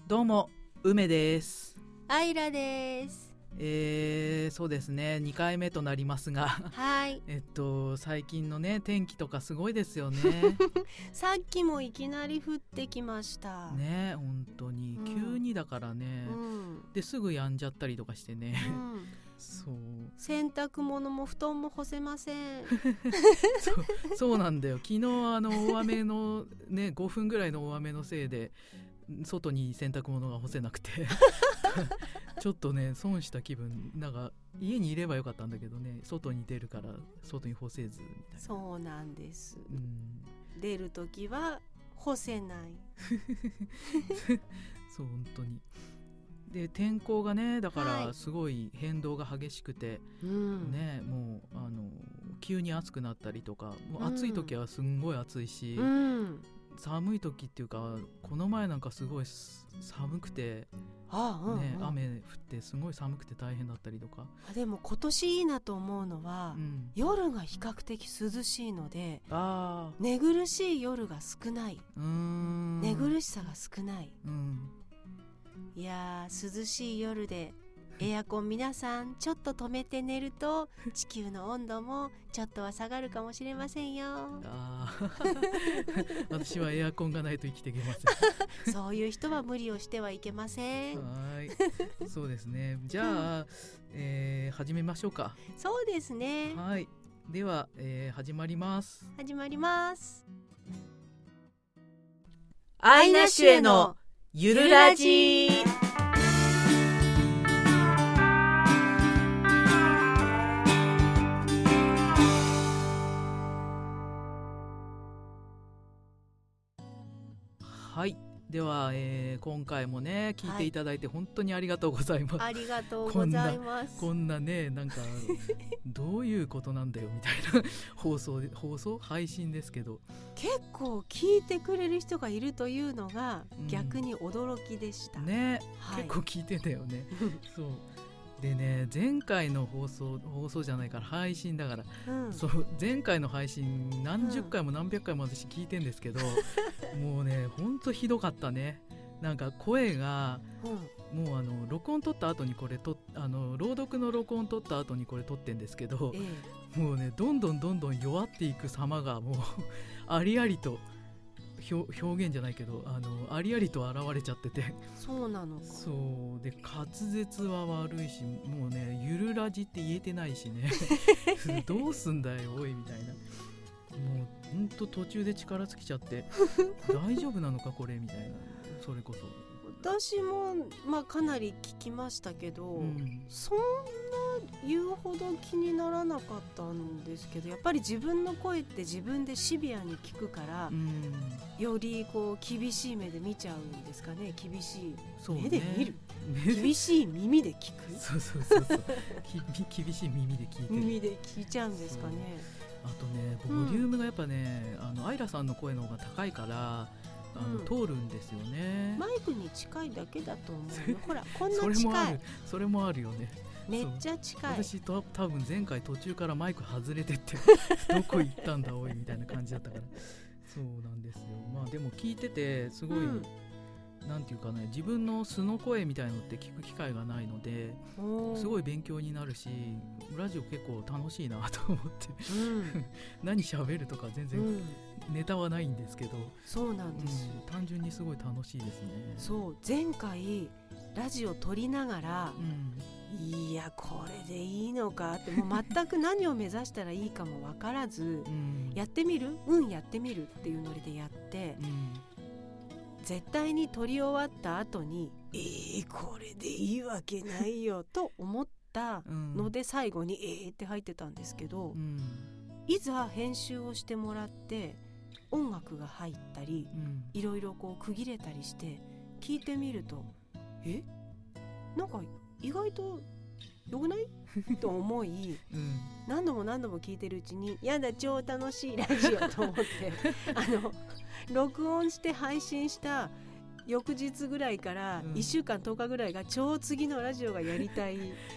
どうも梅です。 アイラです。 そうですね、2回目となりますがはい最近のね天気とかすごいですよねさっきもいきなり降ってきましたね。本当に急にだからね、ですぐやんじゃったりとかしてね、そう洗濯物も布団も干せませんそうなんだよ。昨日大雨のね5分ぐらいの大雨のせいで外に洗濯物が干せなくてちょっとね損した気分。なんか家にいればよかったんだけどね、外に出るから外に干せずみたいな。 そうなんです、出るときは干せないそう本当に。で天候がねだからすごい変動が激しくて、ね、もう急に暑くなったりとか、もう暑い時はすんごい暑いし、寒い時っていうかこの前なんかすごい寒くて、雨降ってすごい寒くて大変だったりとか。 でも今年いいなと思うのは、夜が比較的涼しいので、寝苦しい夜が少ない。寝苦しさが少ない、いやー涼しい夜でエアコン皆さんちょっと止めて寝ると地球の温度もちょっとは下がるかもしれませんよ私はエアコンがないと生きていけませんそういう人は無理をしてはいけません。 そうですね。じゃあ、始めましょうか。 そうですね。 はい。では、始まります。 アイナッシュへのゆるラジ。 はい。では、今回もね聞いていただいて本当にありがとうございます。 ありがとうございます。 こんなねなんかどういうことなんだよみたいな放送配信ですけど、 結構聞いてくれる人がいるというのが逆に驚きでした、 ね、結構聞いてたよねそうでね、前回の放送じゃないから配信だから、そう前回の配信何十回も何百回も私聞いてんですけど、もうねほんとひどかったね。なんか声が、もう録音撮った後にこれ朗読の録音撮った後にこれ撮ってんですけど、もうねどんどん弱っていく様がもうありありと表現じゃないけどありありと現れちゃってて。 そうなのか。 そうで滑舌は悪いし、もうねゆるラジって言えてないしねどうすんだよおいみたいな。もうほんと途中で力尽きちゃって大丈夫なのかこれみたいな。それこそ私も、かなり聞きましたけど、そんな言うほど気にならなかったんですけど、やっぱり自分の声って自分でシビアに聞くから、よりこう厳しい目で見ちゃうんですかね。厳しい目で見る、厳しい耳で聞くそう厳しい耳で聞いてる。 耳で聞いちゃうんですかね。 あとねボリュームがやっぱね、アイラさんの声の方が高いから通るんですよね。 マイクに近いだけだと思うよほらこんな近い。 それもあるよね。 めっちゃ近い。 私多分前回途中からマイク外れてってどこ行ったんだおいみたいな感じだったからそうなんですよ。でも聞いててすごい、なんていうかね、自分の素の声みたいのって聞く機会がないのですごい勉強になるし、ラジオ結構楽しいなと思って、何喋るとか全然ネタはないんですけど、 そうなんです、 単純にすごい楽しいですね。 そう前回ラジオ撮りながら、いやこれでいいのかってもう全く何を目指したらいいかも分からず、やってみるやってみるっていうノリでやって、絶対に撮り終わった後にこれでいいわけないよと思ったので、最後にって入ってたんですけど、いざ編集をしてもらって音楽が入ったり、いろいろこう区切れたりして聞いてみるとなんか意外とよくないと思い、何度も聞いてるうちにやだ超楽しいラジオと思って録音して配信した翌日ぐらいから1週間10日ぐらいが超次のラジオがやりたい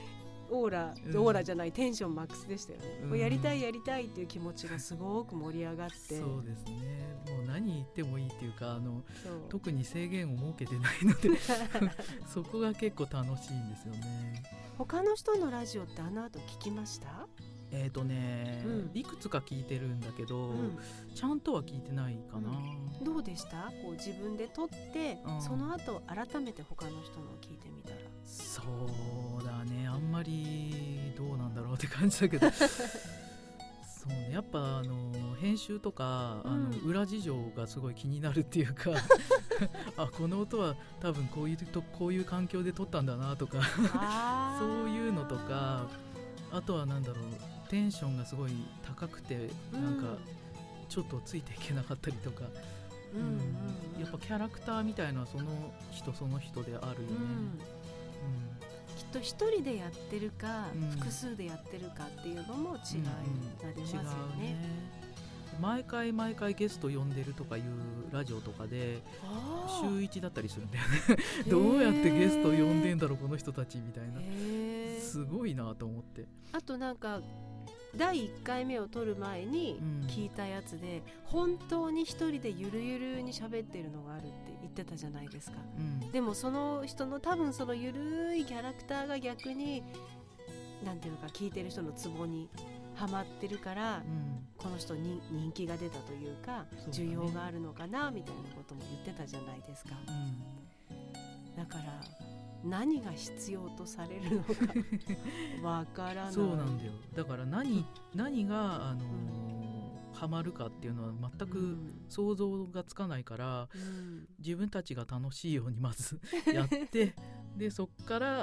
オーラじゃない、テンションマックスでしたよね、もうやりたいっていう気持ちがすごく盛り上がって、 そうですね、もう何言ってもいいっていうか特に制限を設けてないのでそこが結構楽しいんですよね。 他の人のラジオってあの後聞きました？ いくつか聞いてるんだけど、ちゃんとは聞いてないかな、 どうでした？こう自分で撮って、その後改めて他の人のを聞いてみたら。 そうだね、あんまりどうなんだろうって感じだけどそうね、やっぱ編集とか裏事情がすごい気になるっていうかこの音は多分こういう環境で撮ったんだなとかそういうのとか、あとはなんだろう、テンションがすごい高くてなんかちょっとついていけなかったりとか、やっぱキャラクターみたいなその人その人であるよね、 きっと一人でやってるか、複数でやってるかっていうのも違いが出ますよね。 毎回ゲスト呼んでるとかいうラジオとかで週1だったりするんだよねどうやってゲスト呼んでんだろうこの人たちみたいな、すごいなと思って。 あとなんか第1回目を撮る前に聞いたやつで、本当に一人でゆるゆるに喋ってるのがあるって言ってたじゃないですか、でもその人の多分そのゆるいキャラクターが逆になんていうのか、聞いてる人のツボにハマってるから、この人に人気が出たというか、需要があるのかなみたいなことも言ってたじゃないですか、だから何が必要とされるのかわからない。 そうなんだよ、だから何がハマるかっていうのは全く想像がつかないから、自分たちが楽しいようにまずやってでそっから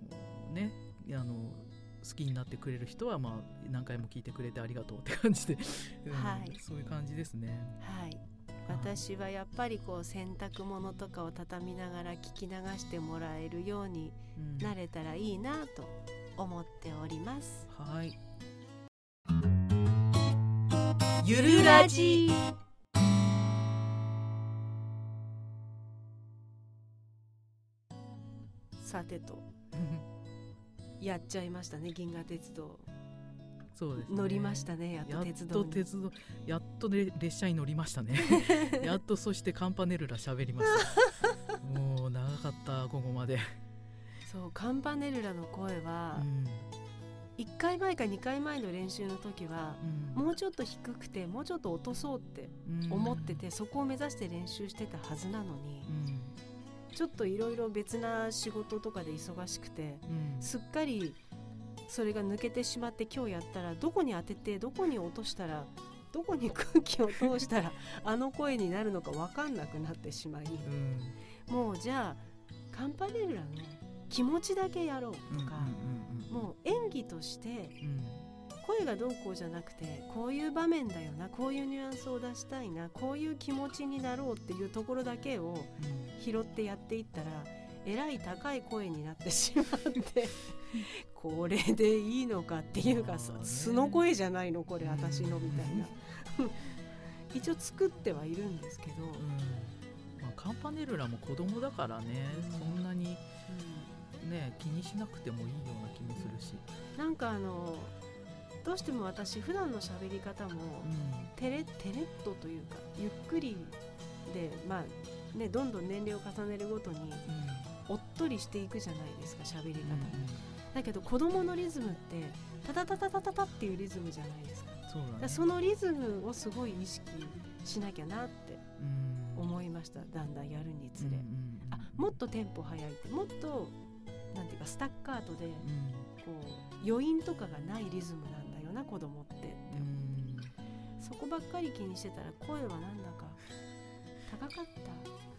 好きになってくれる人は、何回も聞いてくれてありがとうって感じで、そういう感じですね。 はい、私はやっぱりこう洗濯物とかを畳みながら聞き流してもらえるようになれたらいいなと思っております。 はい。 ゆるラジ。さてとやっちゃいましたね、銀河鉄道。 そうですね、 乗りましたね、やっと鉄道に。 やっと列車に乗りましたねやっと、そしてカンパネルラ喋りましたもう長かったここまで。 そう、カンパネルラの声は、1回前か2回前の練習の時は、もうちょっと低くてもうちょっと落とそうって思ってて、そこを目指して練習してたはずなのに、ちょっといろいろ別な仕事とかで忙しくて、すっかりそれが抜けてしまって、今日やったらどこに当ててどこに落としたらどこに空気を通したらあの声になるのか分かんなくなってしまい、もうじゃあカンパネルラの気持ちだけやろうとか、もう演技として声がどうこうじゃなくて、こういう場面だよな、こういうニュアンスを出したいな、こういう気持ちになろうっていうところだけを拾ってやっていったら、えらい高い声になってしまってこれでいいのかっていうか、素の声じゃないのこれ私のみたいな一応作ってはいるんですけど、 カンパネルラも子供だからね、そんなに、気にしなくてもいいような気もするし、 なんかどうしても私普段の喋り方も、テレッとというかゆっくりで、どんどん年齢を重ねるごとに、おっとりしていくじゃないですか、喋り方、だけど子供のリズムってタタタタタタタっていうリズムじゃないですか。 そうだね、 そのリズムをすごい意識しなきゃなって思いました、だんだんやるにつれ、もっとテンポ速いって、もっとなんていうかスタッカートで、こう余韻とかがないリズムなんだよな子供って、そこばっかり気にしてたら声はなんだか高かった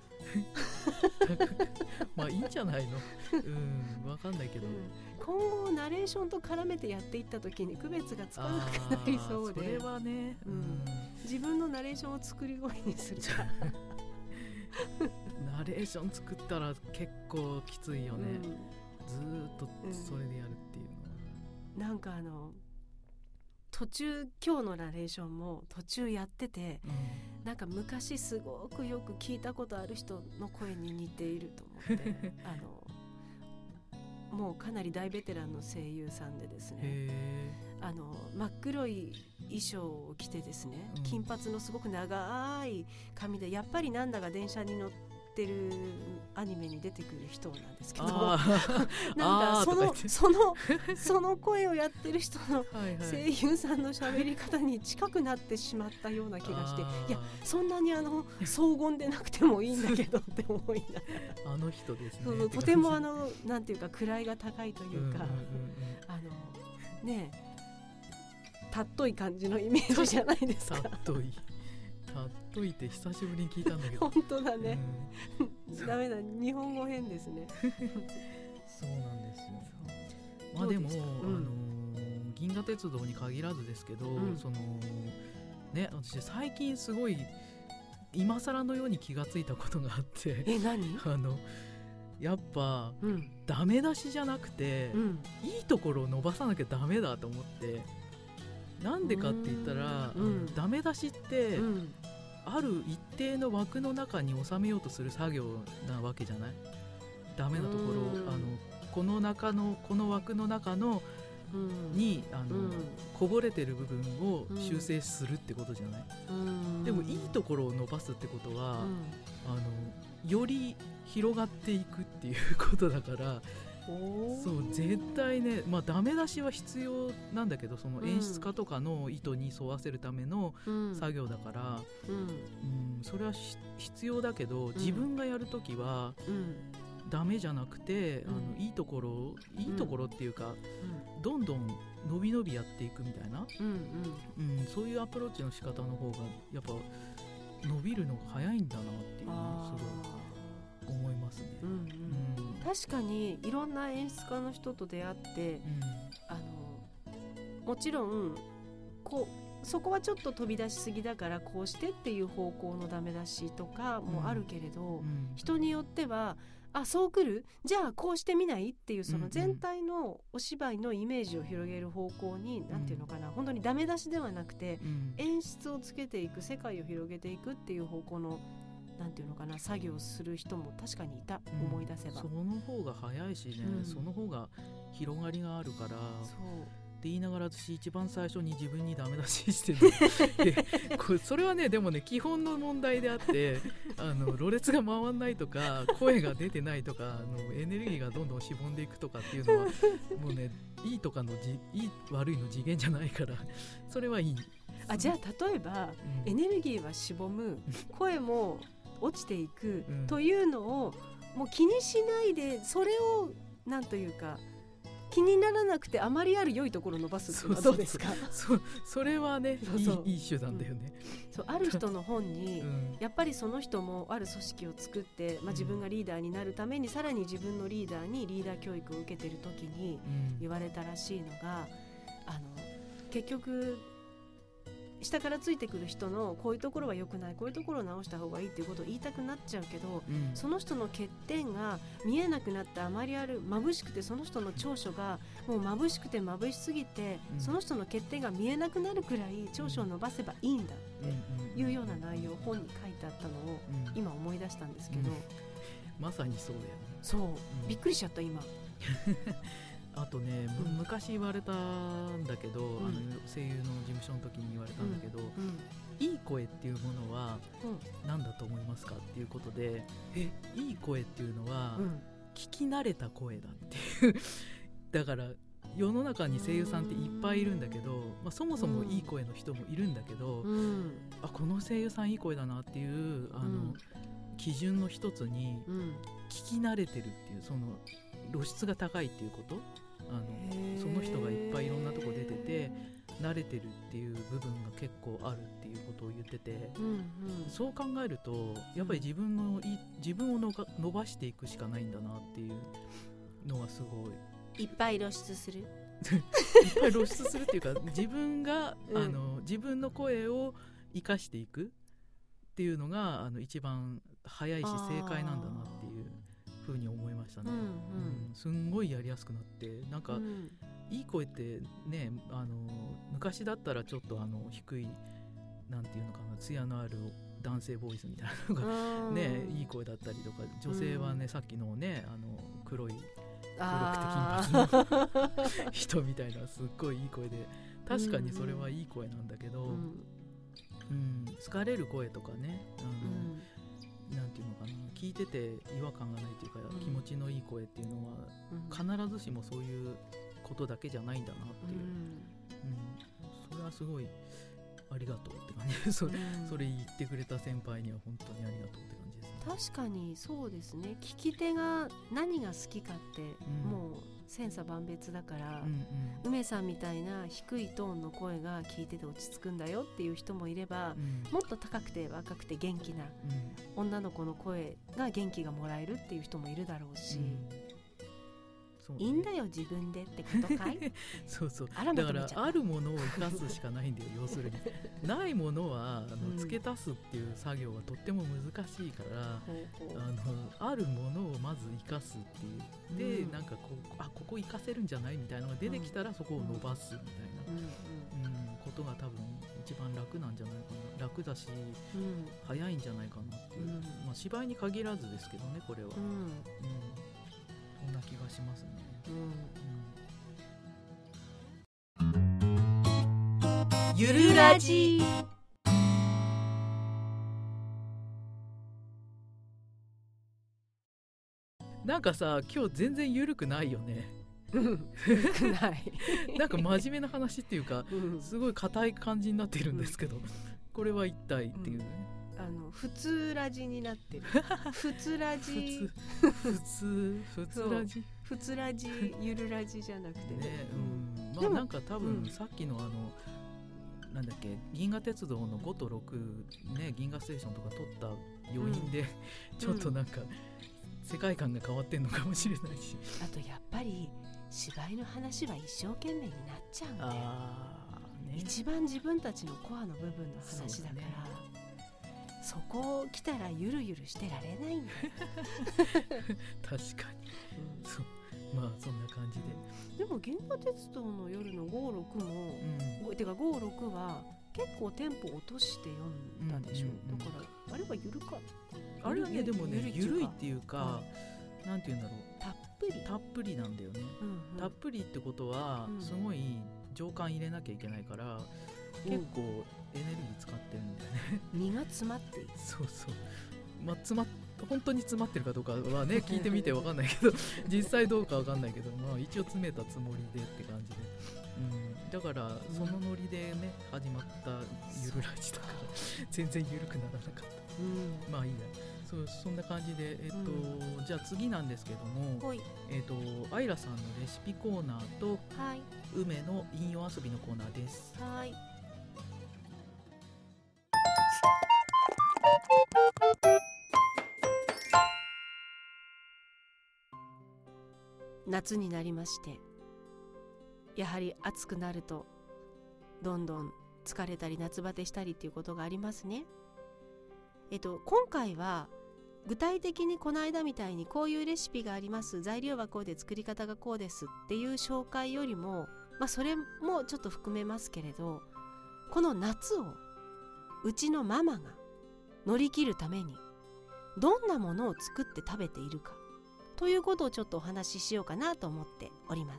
いいんじゃないのわかんないけど、 今後ナレーションと絡めてやっていった時に区別がつかなくなりそうで、 それはね、 自分のナレーションを作り声にするかナレーション作ったら結構きついよね、ずーっとそれでやるっていうのは、 なんか途中今日のナレーションも途中やってて、なんか昔すごくよく聞いたことある人の声に似ていると思ってもうかなり大ベテランの声優さんでですね、真っ黒い衣装を着てですね、金髪のすごく長い髪で、やっぱりなんだか電車に乗ってるアニメに出てくる人なんですけどなんかその声をやってる人の声優さんの喋り方に近くなってしまったような気がして、いやそんなに荘厳でなくてもいいんだけどって思いながらあの人ですね、 とてもなんていうか位が高いというか、ねえたっとい感じのイメージじゃないですか。たっといって久しぶりに聞いたんだけど本当だね、ダメだ、日本語変ですねそうなんですよ。まあでも、銀河鉄道に限らずですけど、ね、私最近すごい今更のように気がついたことがあって、 何？ やっぱ、ダメ出しじゃなくて、いいところを伸ばさなきゃダメだと思って、なんでかって言ったら、ダメ出しって、ある一定の枠の中に収めようとする作業なわけじゃない。ダメなところをこの枠の中のにこぼれてる部分を修正するってことじゃない。でもいいところを伸ばすってことは、より広がっていくっていうことだから、そう絶対ね、ダメ出しは必要なんだけど、その演出家とかの意図に沿わせるための作業だから、それは必要だけど、自分がやるときはダメじゃなくて、いいところっていうか、どんどん伸び伸びやっていくみたいな、そういうアプローチの仕方の方がやっぱ伸びるのが早いんだなっていうのをすごい思いますね。 確かにいろんな演出家の人と出会って、もちろんそこはちょっと飛び出しすぎだからこうしてっていう方向のダメ出しとかもあるけれど、人によってはそう来る？じゃあこうしてみない？っていうその全体のお芝居のイメージを広げる方向に、なんていうのかな、本当にダメ出しではなくて、演出をつけていく、世界を広げていくっていう方向のなんていうのかな、作業する人も確かにいた、思い出せば。 その方が早いしね、その方が広がりがあるから。 そうって言いながら、私一番最初に自分にダメ出ししてるそれはね、でもね、基本の問題であって、ろれつが回んないとか、声が出てないとか、エネルギーがどんどんしぼんでいくとかっていうのはもうね、いいとかのいい悪いの次元じゃないから、それはいい。 じゃあ例えば、エネルギーはしぼむ、声も落ちていくというのをもう気にしないで、それをなんというか気にならなくて、あまりある良いところを伸ばすっていうのはどうですか？ それはね、いい手段だよね。 ある人の本に、やっぱりその人もある組織を作って、自分がリーダーになるために、さらに自分のリーダーにリーダー教育を受けてる時に言われたらしいのが、結局下からついてくる人のこういうところは良くない、こういうところを直した方がいいっていうことを言いたくなっちゃうけど、その人の欠点が見えなくなって、あまり眩しくて、その人の長所がもう眩しくて眩しすぎて、その人の欠点が見えなくなるくらい長所を伸ばせばいいんだっていうような内容を本に書いてあったのを今思い出したんですけど、 まさにそうだよね。 そう、びっくりしちゃった今あとね、昔言われたんだけど、声優の事務所の時に言われたんだけど、いい声っていうものは何だと思いますかっていうことで、いい声っていうのは聞き慣れた声だっていうだから世の中に声優さんっていっぱいいるんだけど、そもそもいい声の人もいるんだけど、この声優さんいい声だなっていう基準の一つに聞き慣れてるっていう、その露出が高いっていうこと、その人がいっぱいいろんなとこ出てて慣れてるっていう部分が結構あるっていうことを言ってて、そう考えるとやっぱり自分を伸ばしていくしかないんだなっていうのはすごい。 いっぱい露出するいっぱい露出するっていうか、自分が、自分の声を生かしていくっていうのが一番早いし正解なんだなっていうふうに思いましたね。すんごいやりやすくなって、なんか、いい声ってね、昔だったらちょっと低い、なんていうのかな、艶のある男性ボイスみたいなのがね、いい声だったりとか、女性はね、さっきのね、黒い金髪の人みたいなすっごいいい声で、確かにそれはいい声なんだけど、疲れる声とかね、なんていうのかな、聞いてて違和感がないというか、気持ちのいい声っていうのは、必ずしもそういうことだけじゃないんだなっていう、それはすごいありがとうって感じでそれ言ってくれた先輩には本当にありがとうって感じですね。 確かにそうですね。聞き手が何が好きかって、もう千差万別だから、梅さんみたいな低いトーンの声が聞いてて落ち着くんだよっていう人もいれば、もっと高くて若くて元気な女の子の声が元気がもらえるっていう人もいるだろうし、いいんだよ自分でってことかいそうそう、だからあるものを生かすしかないんだよ要するにないものは付け足すっていう作業はとっても難しいから、あるものをまず生かすっていうで、なんかここ生かせるんじゃないみたいなのが出てきたら、そこを伸ばすみたいな、ことが多分一番楽なんじゃないかな。楽だし、早いんじゃないかなっていう、芝居に限らずですけどね、これは、そんな気がしますね。 ゆるラジ。 なんかさ、今日全然ゆるくないよね。 ないなんか真面目な話っていうか、すごい硬い感じになっているんですけど、これは一体っていうね、 普通ラジになってる普通ラジ普通ラジ普通ラジゆるラジじゃなくてね、 なんか多分さっきのなんだっけ、銀河鉄道の5と6ね、銀河ステーションとか撮った余韻で、ちょっとなんか世界観が変わってんのかもしれないし、 あとやっぱり芝居の話は一生懸命になっちゃうんだよ、一番自分たちのコアの部分の話だから、そこ来たらゆるゆるしてられないんだよ確かに、そう、そんな感じで、 でも銀河鉄道の夜の56も、てか56は結構テンポ落として読んだでしょ、だからあれはゆるか、 あれはね、でもね、ゆるいっていうか、なんていうんだろう、たっぷりなんだよね、たっぷりってことは、すごい情感入れなきゃいけないから、結構エネルギー使ってるんだよね身が詰まっているそうそう、本当に詰まってるかどうかはね聞いてみて分かんないけど実際どうか分かんないけど、一応詰めたつもりでって感じで、だからそのノリでね、始まったゆるラジだから全然ゆるくならなかった、まあいいや、そんな感じで、じゃあ次なんですけども、アイラさんのレシピコーナーと、梅の引用遊びのコーナーです。 夏になりまして、やはり暑くなるとどんどん疲れたり夏バテしたりっていうことがありますね。今回は具体的にこの間みたいにこういうレシピがあります、材料はこうで作り方がこうですっていう紹介よりも、それもちょっと含めますけれど、この夏をうちのママが乗り切るためにどんなものを作って食べているかということをちょっとお話ししようかなと思っております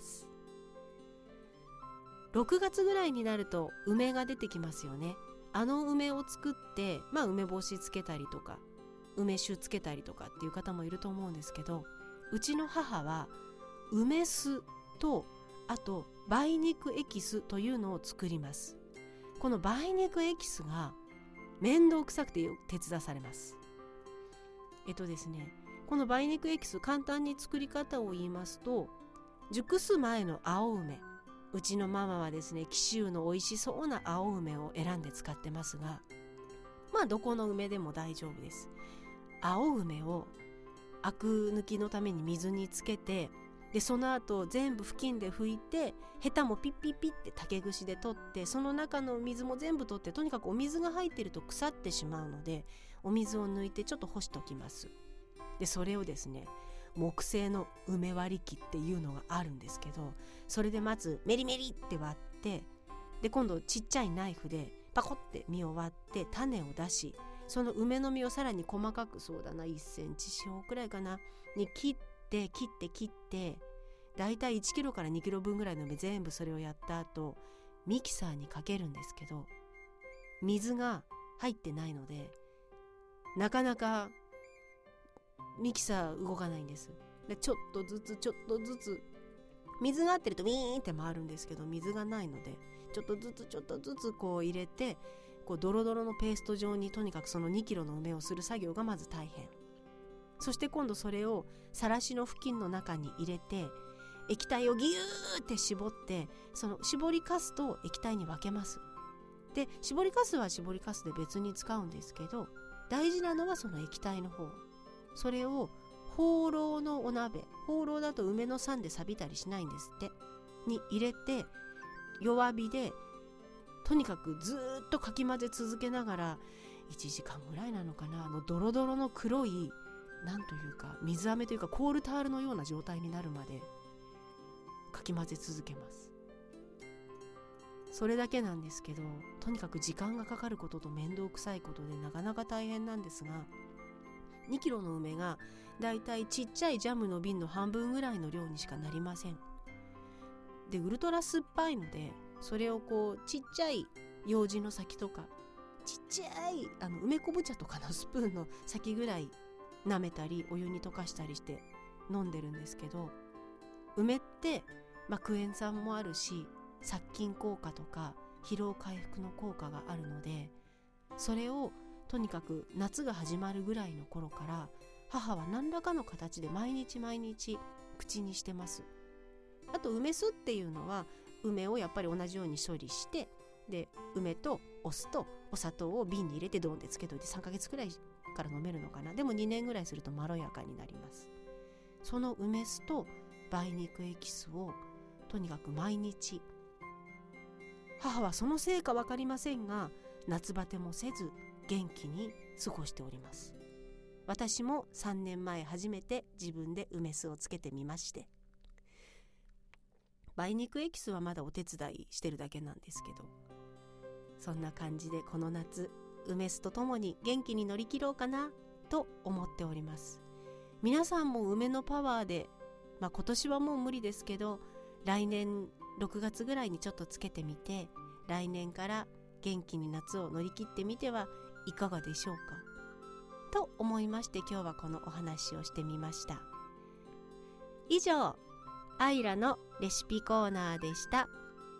。6月ぐらいになると梅が出てきますよね。梅を作って、梅干しつけたりとか梅酒つけたりとかっていう方もいると思うんですけど、うちの母は梅酢と、あと梅肉エキスというのを作ります。この梅肉エキスが面倒くさくて手伝されます。ですね、この梅肉エキス、簡単に作り方を言いますと、熟す前の青梅、うちのママはですね、紀州の美味しそうな青梅を選んで使ってますが、どこの梅でも大丈夫です。青梅をアク抜きのために水につけて、でその後全部布巾で拭いて、ヘタもピッピッピッって竹串で取って、その中の水も全部取って、とにかくお水が入ってると腐ってしまうので、お水を抜いてちょっと干しておきます。でそれをですね、木製の梅割り機っていうのがあるんですけど、それでまずメリメリって割って、で今度ちっちゃいナイフでパコって実を割って種を出し、その梅の実をさらに細かく、そうだな1センチ四方くらいかなに切って、 だいたい1キロから2キロ分ぐらいの梅全部それをやった後ミキサーにかけるんですけど、水が入ってないのでなかなかミキサー動かないんです。でちょっとずつ水が合ってるとウィーンって回るんですけど、水がないのでちょっとずつこう入れて、こうドロドロのペースト状にとにかくその2キロの梅をする作業がまず大変。そして今度それをさらしの布巾の中に入れて液体をギューって絞って、その絞りかすと液体に分けます。で絞りかすは絞りかすで別に使うんですけど、大事なのはその液体の方。それをホーローのお鍋、ホーローだと梅の酸で錆びたりしないんですってに入れて、弱火でとにかくずっとかき混ぜ続けながら1時間ぐらいなのかな、ドロドロの黒いなんというか水飴というかコールタールのような状態になるまでかき混ぜ続けます。それだけなんですけど、とにかく時間がかかることと面倒くさいことでなかなか大変なんですが、2キロの梅がだいたいちっちゃいジャムの瓶の半分ぐらいの量にしかなりません。でウルトラ酸っぱいので、それをこうちっちゃい楊枝の先とかちっちゃい梅昆布茶とかのスプーンの先ぐらい舐めたりお湯に溶かしたりして飲んでるんですけど、梅ってクエン酸もあるし殺菌効果とか疲労回復の効果があるので、それをとにかく夏が始まるぐらいの頃から母は何らかの形で毎日口にしてます。あと梅酢っていうのは梅をやっぱり同じように処理して、で梅とお酢とお砂糖を瓶に入れてドンってつけといて3ヶ月くらいから飲めるのかな。でも2年ぐらいするとまろやかになります。その梅酢と梅肉エキスをとにかく毎日、母はそのせいか分かりませんが夏バテもせず元気に過ごしております。私も3年前初めて自分で梅酢をつけてみまして、梅肉エキスはまだお手伝いしてるだけなんですけど、そんな感じでこの夏梅酢とともに元気に乗り切ろうかなと思っております。皆さんも梅のパワーで、今年はもう無理ですけど来年6月ぐらいにちょっとつけてみて、来年から元気に夏を乗り切ってみてはいかがでしょうかと思いまして、今日はこのお話をしてみました。以上、アイラのレシピコーナーでした。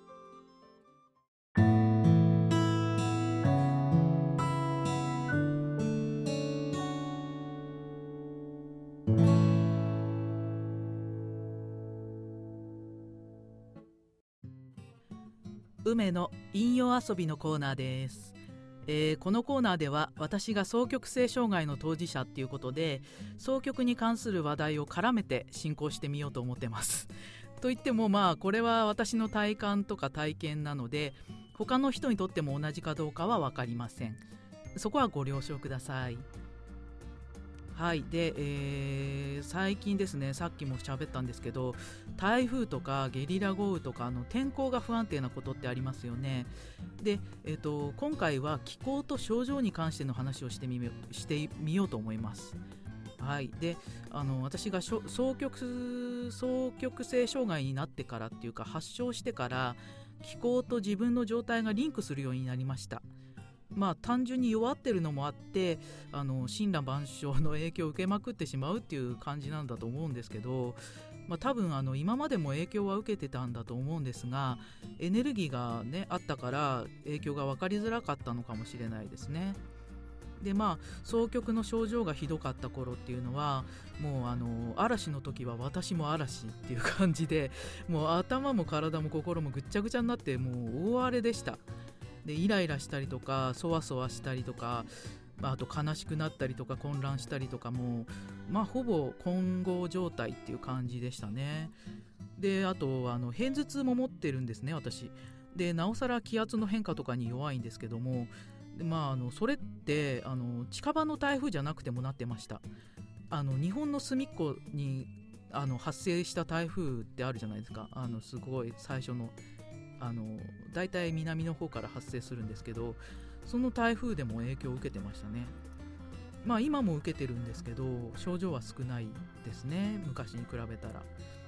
梅の引用遊びのコーナーです。このコーナーでは私が双極性障害の当事者っていうことで双極に関する話題を絡めて進行してみようと思ってます。といってもこれは私の体感とか体験なので他の人にとっても同じかどうかは分かりません。そこはご了承ください。はい。で、最近ですね、さっきも喋ったんですけど、台風とかゲリラ豪雨とか天候が不安定なことってありますよね。で、今回は気候と症状に関しての話をしてみようと思います。はい。で、私が双極性障害になってからっていうか発症してから気候と自分の状態がリンクするようになりました。単純に弱ってるのもあって森羅万象の影響を受けまくってしまうっていう感じなんだと思うんですけど、多分今までも影響は受けてたんだと思うんですが、エネルギーがねあったから影響が分かりづらかったのかもしれないですね。で双極の症状がひどかった頃っていうのはもう嵐の時は私も嵐っていう感じで、もう頭も体も心もぐっちゃぐちゃになってもう大荒れでした。でイライラしたりとかそわそわしたりとか、あと悲しくなったりとか混乱したりとかもほぼ混合状態っていう感じでしたね。であと片頭痛も持ってるんですね私で、なおさら気圧の変化とかに弱いんですけども、でそれって近場の台風じゃなくてもなってました。日本の隅っこに発生した台風ってあるじゃないですか。すごい最初のだいたい南の方から発生するんですけど、その台風でも影響を受けてましたね。今も受けてるんですけど症状は少ないですね、昔に比べたら。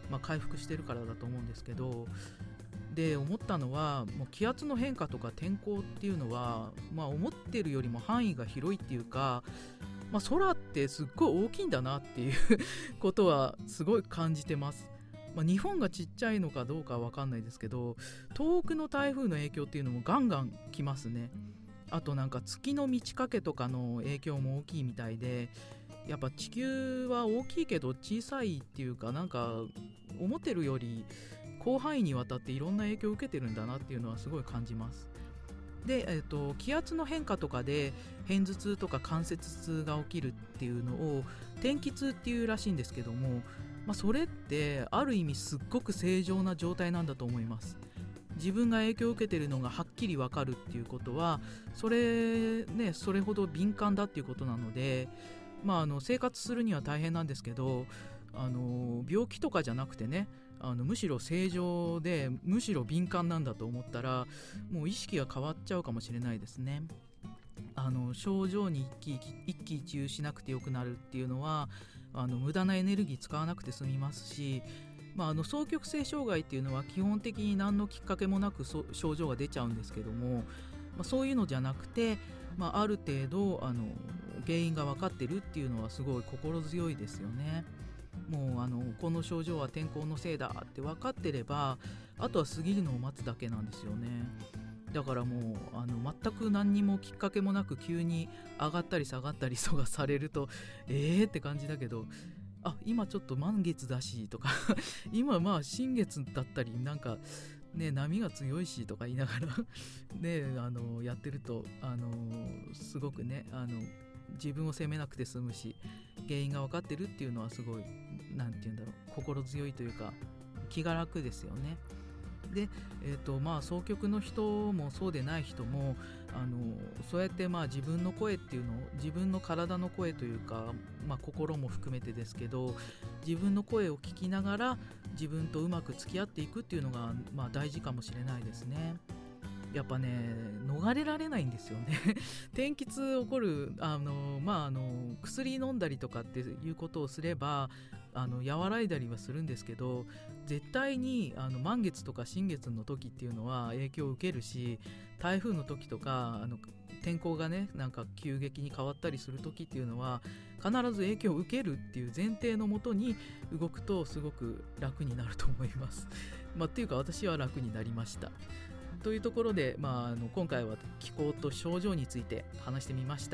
回復してるからだと思うんですけど、で思ったのはもう気圧の変化とか天候っていうのは、思ってるよりも範囲が広いっていうか、空ってすっごい大きいんだなっていうことはすごい感じてます。日本がちっちゃいのかどうかは分かんないですけど、遠くの台風の影響っていうのもガンガン来ますね。あとなんか月の満ち欠けとかの影響も大きいみたいで、やっぱ地球は大きいけど小さいっていうか、なんか思ってるより広範囲にわたっていろんな影響を受けてるんだなっていうのはすごい感じます。で、気圧の変化とかで片頭痛とか関節痛が起きるっていうのを天気痛っていうらしいんですけども、それってある意味すっごく正常な状態なんだと思います。自分が影響を受けているのがはっきり分かるっていうことはそれほど敏感だっていうことなので、生活するには大変なんですけど、病気とかじゃなくてね、むしろ正常でむしろ敏感なんだと思ったら、もう意識が変わっちゃうかもしれないですね。症状に一喜一憂しなくてよくなるっていうのは無駄なエネルギー使わなくて済みますし、双極性障害っていうのは基本的に何のきっかけもなく症状が出ちゃうんですけども、そういうのじゃなくて、ある程度原因が分かってるっていうのはすごい心強いですよね。もうこの症状は天候のせいだって分かってれば、あとは過ぎるのを待つだけなんですよね。だからもう全く何にもきっかけもなく急に上がったり下がったりとかされるとって感じだけど、今ちょっと満月だしとか今新月だったりなんかね、波が強いしとか言いながらね、やってるとすごくね自分を責めなくて済むし、原因が分かってるっていうのはすごいなんて言うんだろう、心強いというか気が楽ですよね。で、双極の人もそうでない人もそうやって自分の声っていうのを、自分の体の声というか、心も含めてですけど、自分の声を聞きながら自分とうまく付き合っていくっていうのが、大事かもしれないですね。やっぱね逃れられないんですよね天気痛起こる薬飲んだりとかっていうことをすれば和らいだりはするんですけど、絶対に満月とか新月の時っていうのは影響を受けるし、台風の時とか天候がねなんか急激に変わったりする時っていうのは必ず影響を受けるっていう前提のもとに動くとすごく楽になると思いますっていうか私は楽になりました。というところで、今回は気候と症状について話してみました。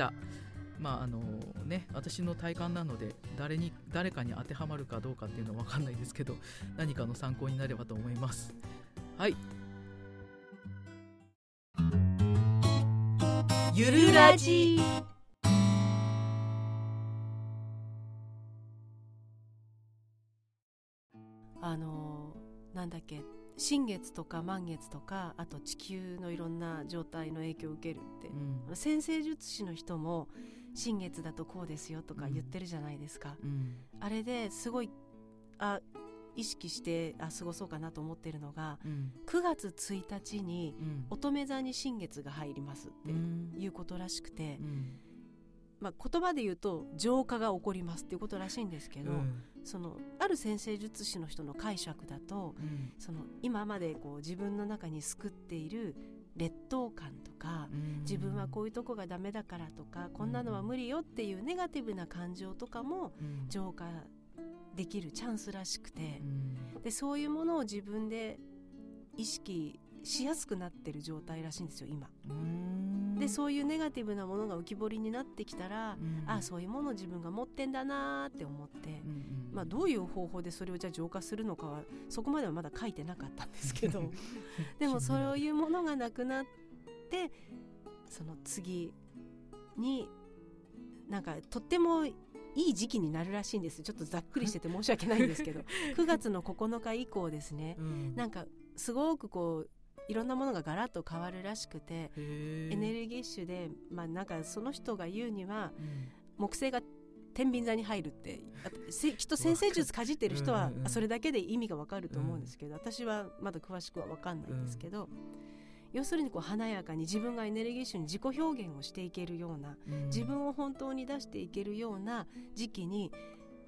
私の体感なので誰かに当てはまるかどうかっていうのは分かんないですけど、何かの参考になればと思います。はい、 ゆるラジ。なんだっけ、新月とか満月とか、あと地球のいろんな状態の影響を受けるって、占星術師の人も新月だとこうですよとか言ってるじゃないですか、あれですごい意識して過ごそうかなと思ってるのが、9月1日に乙女座に新月が入りますっていうことらしくて、言葉で言うと浄化が起こりますっていうことらしいんですけど、ある占星術師の人の解釈だと、今まで自分の中に救っている劣等感とか、自分はこういうとこがダメだからとか、こんなのは無理よっていうネガティブな感情とかも浄化できるチャンスらしくて、でそういうものを自分で意識しやすくなってる状態らしいんですよ今。でそういうネガティブなものが浮き彫りになってきたら、そういうものを自分が持ってんだなって思って、どういう方法でそれをじゃあ浄化するのかはそこまではまだ書いてなかったんですけどでもそういうものがなくなって、その次になんかとってもいい時期になるらしいんです。ちょっとざっくりしてて申し訳ないんですけど9月の9日以降ですね、なんかすごくいろんなものがガラッと変わるらしくて、エネルギッシュで、なんかその人が言うには、木星が天秤座に入るってきっと占星術かじってる人はそれだけで意味がわかると思うんですけど、私はまだ詳しくはわかんないんですけど、要するに華やかに自分がエネルギッシュに自己表現をしていけるような、自分を本当に出していけるような時期に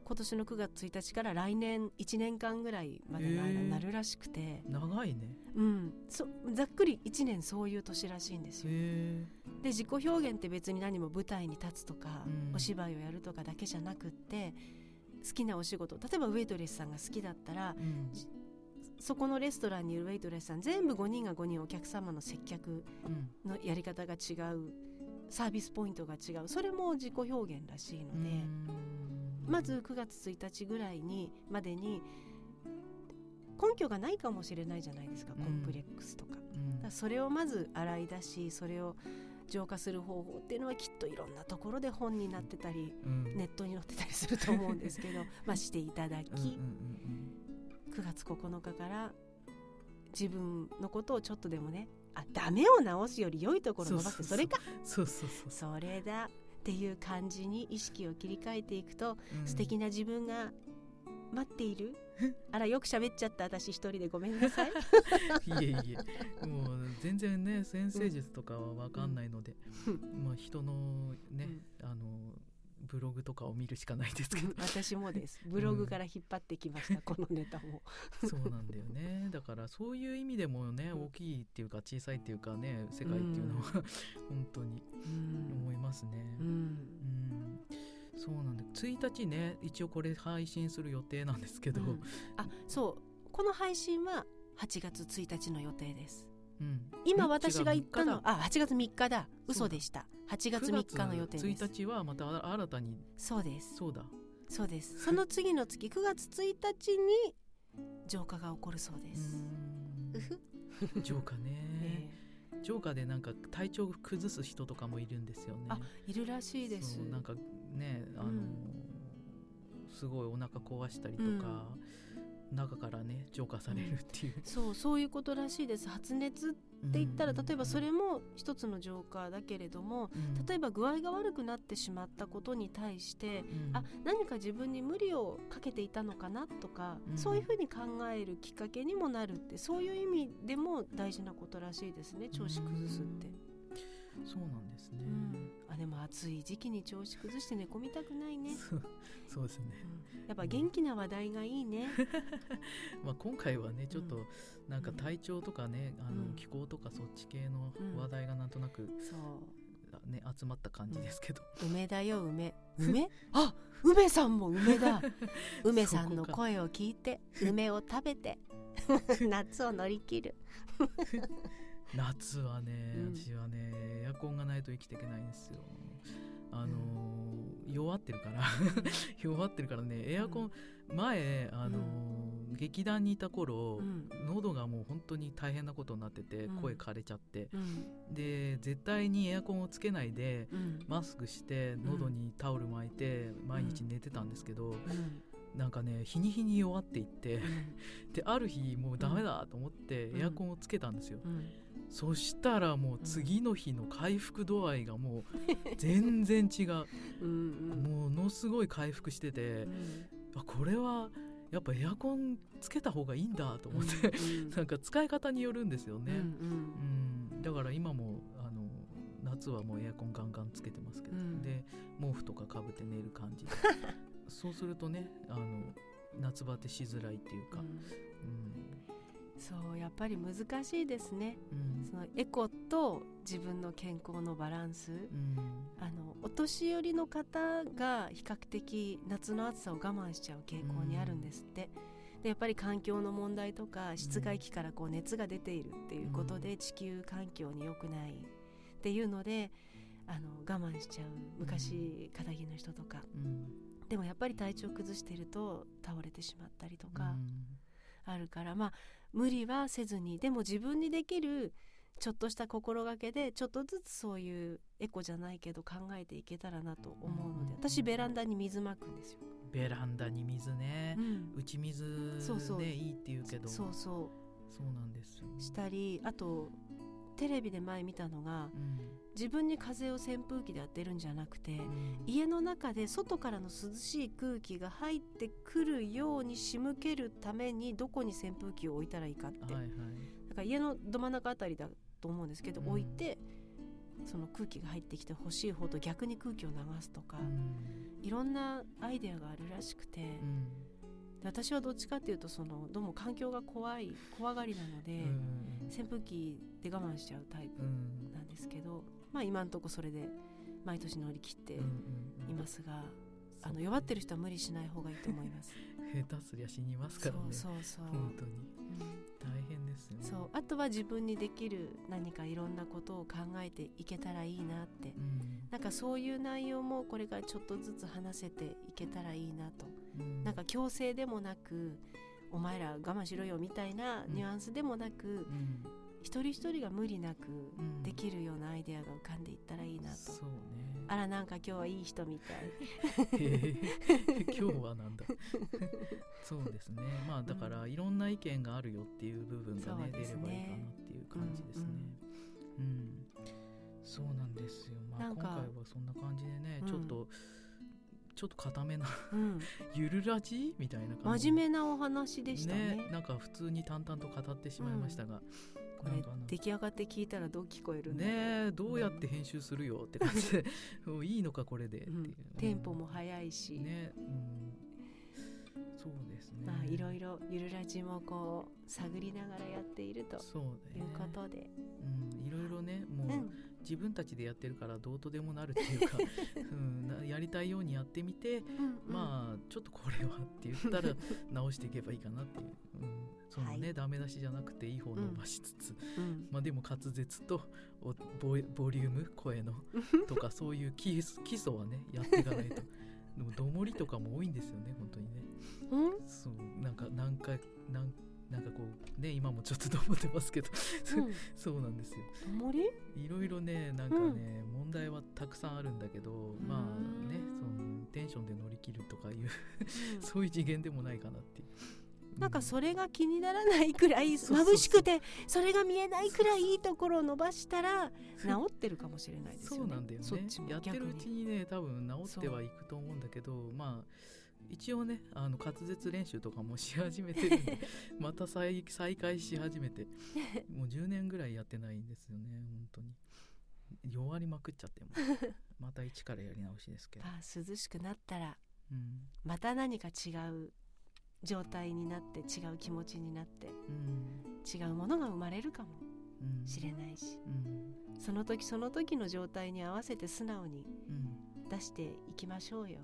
今年の9月1日から来年1年間ぐらいまでの間になるらしくて、 長いね。 ざっくり1年そういう年らしいんですよ。で自己表現って別に何も舞台に立つとか、お芝居をやるとかだけじゃなくって、好きなお仕事、例えばウェイトレスさんが好きだったら、そこのレストランにいるウェイトレスさん全部5人が5人お客様の接客のやり方が違う、サービスポイントが違う、それも自己表現らしいので、まず9月1日ぐらいにまでに根拠がないかもしれないじゃないですか、コンプレックスとか、だからそれをまず洗い出し、それを浄化する方法っていうのはきっといろんなところで本になってたり、ネットに載ってたりすると思うんですけどしていただき、9月9日から自分のことをちょっとでもね、ダメを直すより良いところを伸ばす、それか、それだっていう感じに意識を切り替えていくと、素敵な自分が待っているあら、よく喋っちゃった、私一人でごめんなさいいえもう全然ね、先生術とかは分かんないので、人のね、ブログとかを見るしかないですけど、 私もです。ブログから引っ張ってきました、このネタもそうなんだよね。だからそういう意味でもね、大きいっていうか小さいっていうかね、世界っていうのは本当に思いますね。そうなんだ。1日ね、一応これ配信する予定なんですけど、 そう、この配信は8月1日の予定です。今私が言ったの8月3日だ、嘘でした。8月3日の予定です。 1日はまた新たに。 そうです。 そうだ、 そうです。その次の月9月1日に浄化が起こるそうです。 浄化ね、浄化でなんか体調を崩す人とかもいるんですよね。 いるらしいです。 なんかね、すごいお腹壊したりとか、中からね浄化されるっていう、 そういうことらしいです。発熱って言ったら、例えばそれも一つの浄化だけれども、例えば具合が悪くなってしまったことに対して、何か自分に無理をかけていたのかなとか、そういうふうに考えるきっかけにもなるって、そういう意味でも大事なことらしいですね、調子崩すって。 そうなんですね。 でも暑い時期に調子崩して寝込みたくないね。 そうですね、 やっぱ元気な話題がいいね今回はねちょっとなんか体調とかね、気候とかそっち系の話題がなんとなく、ね、集まった感じですけど、 梅だよ、梅梅さんも梅だ梅さんの声を聞いて梅を食べて夏を乗り切る夏はね、私はねエアコンがないと生きていけないんですよ。弱ってるからね、エアコン、前劇団にいた頃、喉がもう本当に大変なことになってて、声枯れちゃって、で絶対にエアコンをつけないで、マスクして喉にタオル巻いて毎日寝てたんですけど、なんかね日に日に弱っていって、である日もうダメだと思ってエアコンをつけたんですよ。そしたらもう次の日の回復度合いがもう全然違うものすごい回復してて、これはやっぱエアコンつけた方がいいんだと思って、なんか使い方によるんですよね。だから今も夏はもうエアコンガンガンつけてますけど、で毛布とかかぶって寝る感じでそうするとね夏バテしづらいっていうか、 そうやっぱり難しいですね、そのエコと自分の健康のバランス、お年寄りの方が比較的夏の暑さを我慢しちゃう傾向にあるんですって、でやっぱり環境の問題とか室外機からこう熱が出ているっていうことで地球環境に良くないっていうので我慢しちゃう昔肩着の人とか、でもやっぱり体調崩してると倒れてしまったりとかあるから、無理はせずに、でも自分にできるちょっとした心がけでちょっとずつそういうエコじゃないけど考えていけたらなと思うので、私ベランダに水まくんですよ。 ベランダに水ね、打ち水でいいっていうけど、そうなんですよ。 したり、あとテレビで前見たのが、自分に風を扇風機で当てるんじゃなくて、家の中で外からの涼しい空気が入ってくるように仕向けるためにどこに扇風機を置いたらいいかって、だから家のど真ん中あたりだと思うんですけど、置いてその空気が入ってきて欲しい方と逆に空気を流すとか、いろんなアイデアがあるらしくて、で私はどっちかっていうとどうも環境が怖がりなので、扇風機で我慢しちゃうタイプなんですけど、今のところそれで毎年乗り切っていますが、弱ってる人は無理しない方がいいと思います下手すりゃ死にますからね。そう本当に、大変ですよね。 そう、あとは自分にできる何かいろんなことを考えていけたらいいなって、なんかそういう内容もこれからちょっとずつ話せていけたらいいなと、なんか強制でもなくお前ら我慢しろよみたいなニュアンスでもなく、一人一人が無理なくできるようなアイデアが浮かんでいったらいいなと。 そうね。 あら、なんか今日はいい人みたい今日はなんだそうですね。だからいろんな意見があるよっていう部分がね、出ればいいかなっていう感じですね。そうなんですよ。今回はそんな感じでね、ちょっと固めなゆるラジみたいな感じ、 真面目なお話でしたね。 なんか普通に淡々と語ってしまいましたが、 これ出来上がって聞いたらどう聞こえるんだね。どうやって編集するよって感じでいいのかこれでっていう、 テンポも速いしね、そうですね。 いろいろゆるラジもこう探りながらやっているということで、 いろいろね、もう自分たちでやってるからどうとでもなるっていうかやりたいようにやってみて、ちょっとこれはって言ったら直していけばいいかなっていう、そのね、ダメ出しじゃなくていい方伸ばしつつ、でも滑舌とボリューム、声のとかそういう基礎はねやっていかないとでもどもりとかも多いんですよね、本当にね。そうなんかこうね、今もちょっと思ってますけどそうなんですよ。 どもりいろいろね、なんかね、問題はたくさんあるんだけど、ね、そのテンションで乗り切るとかいうそういう次元でもないかなっていう。 なんかそれが気にならないくらい眩しくてそれが見えないくらいいいところを伸ばしたら治ってるかもしれないですよね。 そうなんだよね。やってるうちにね、多分治ってはいくと思うんだけど、一応ね、滑舌練習とかもし始めてるんでまた再開し始めてもう10年ぐらいやってないんですよね。本当に弱りまくっちゃってもまた一からやり直しですけど、 涼しくなったら、また何か違う状態になって違う気持ちになって、違うものが生まれるかもしれないし、その時その時の状態に合わせて素直に出していきましょうよ。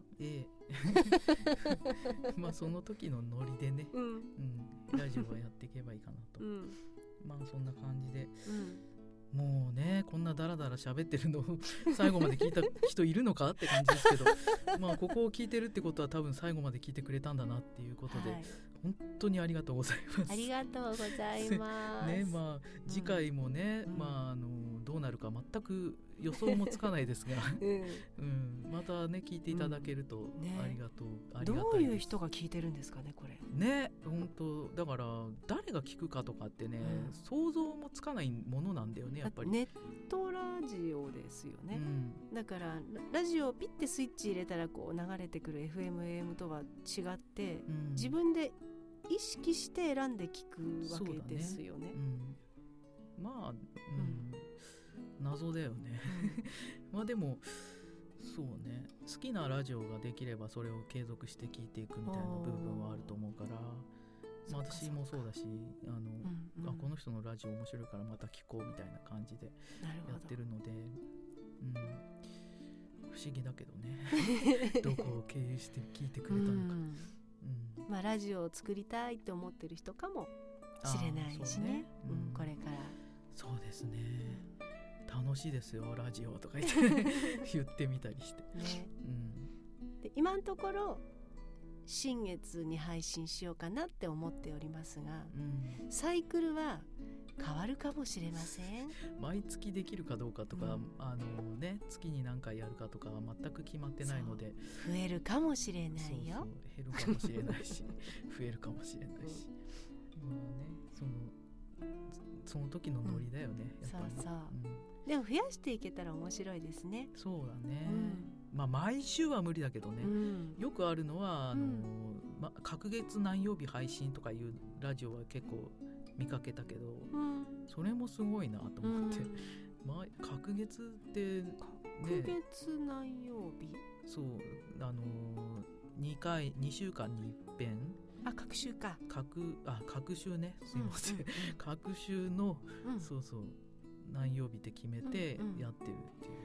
その時のノリでね、ラジオはやっていけばいいかなと、そんな感じで、もうね、こんなダラダラ喋ってるのを最後まで聞いた人いるのかって感じですけどここを聞いてるってことは多分最後まで聞いてくれたんだなっていうことで、本当にありがとうございます。 ありがとうございますね、次回もね、どうなるか全く予想もつかないですがまたね、聞いていただけるとありがとう、ありがたいです。 どういう人が聞いてるんですかね、これね。本当だから誰が聞くかとかってね、想像もつかないものなんだよね、やっぱり。 ネットラジオですよね、だからラジオをピッてスイッチ入れたらこう流れてくる FM、AM とは違って、自分で意識して選んで聞くわけですよね。 謎だよねでもそうね、好きなラジオができればそれを継続して聞いていくみたいな部分はあると思うから、私もそうだし、この人のラジオ面白いからまた聞こうみたいな感じでやってるので、不思議だけどねどこを経由して聞いてくれたのか、 ラジオを作りたいって思ってる人かもしれないしね、これから。 そうですね、楽しいですよラジオとか言ってみたりして、 で今のところ新月に配信しようかなって思っておりますが、サイクルは変わるかもしれません。 毎月できるかどうかとか、月に何回やるかとかは全く決まってないので、 増えるかもしれないよ。 減るかもしれないし増えるかもしれないし、その時のノリだよね、やっぱり。 でも増やしていけたら面白いですね。 そうだね、毎週は無理だけどね、よくあるのは隔月何曜日配信とかいうラジオは結構見かけたけど、それもすごいなと思って、 隔月ってね、 隔月何曜日、 そう、2週間に一遍、 隔週か、 隔週ね、すいません、隔週の、そうそう、何曜日って決めてやってるっていう、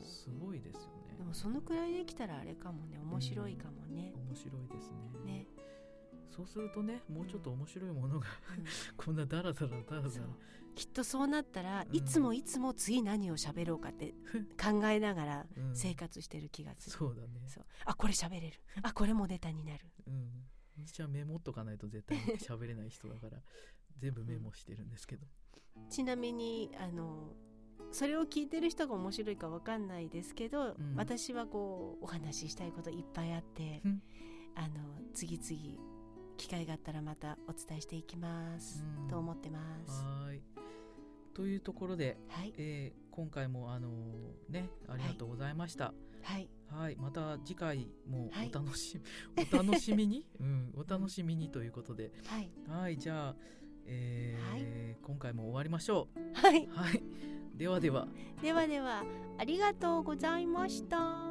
すごいですよね。 でもそのくらいできたらあれかもね、面白いかもね、 面白いですね。そうするとね、もうちょっと面白いものが、こんなダラダラきっとそうなったら、いつも次何を喋ろうかって考えながら生活してる気がする。 そうだね。 これ喋れる、これもネタになる。 私はメモっとかないと絶対に喋れない人だから全部メモしてるんですけど、 ちなみにそれを聞いてる人が面白いか分かんないですけど、私はこうお話ししたいこといっぱいあって、次々機会があったらまたお伝えしていきます、と思ってます。 はい、というところで、今回もね、ありがとうございました。はい、また次回もお楽しみに、お楽しみにということで、じゃあ、今回も終わりましょう。ではではありがとうございました。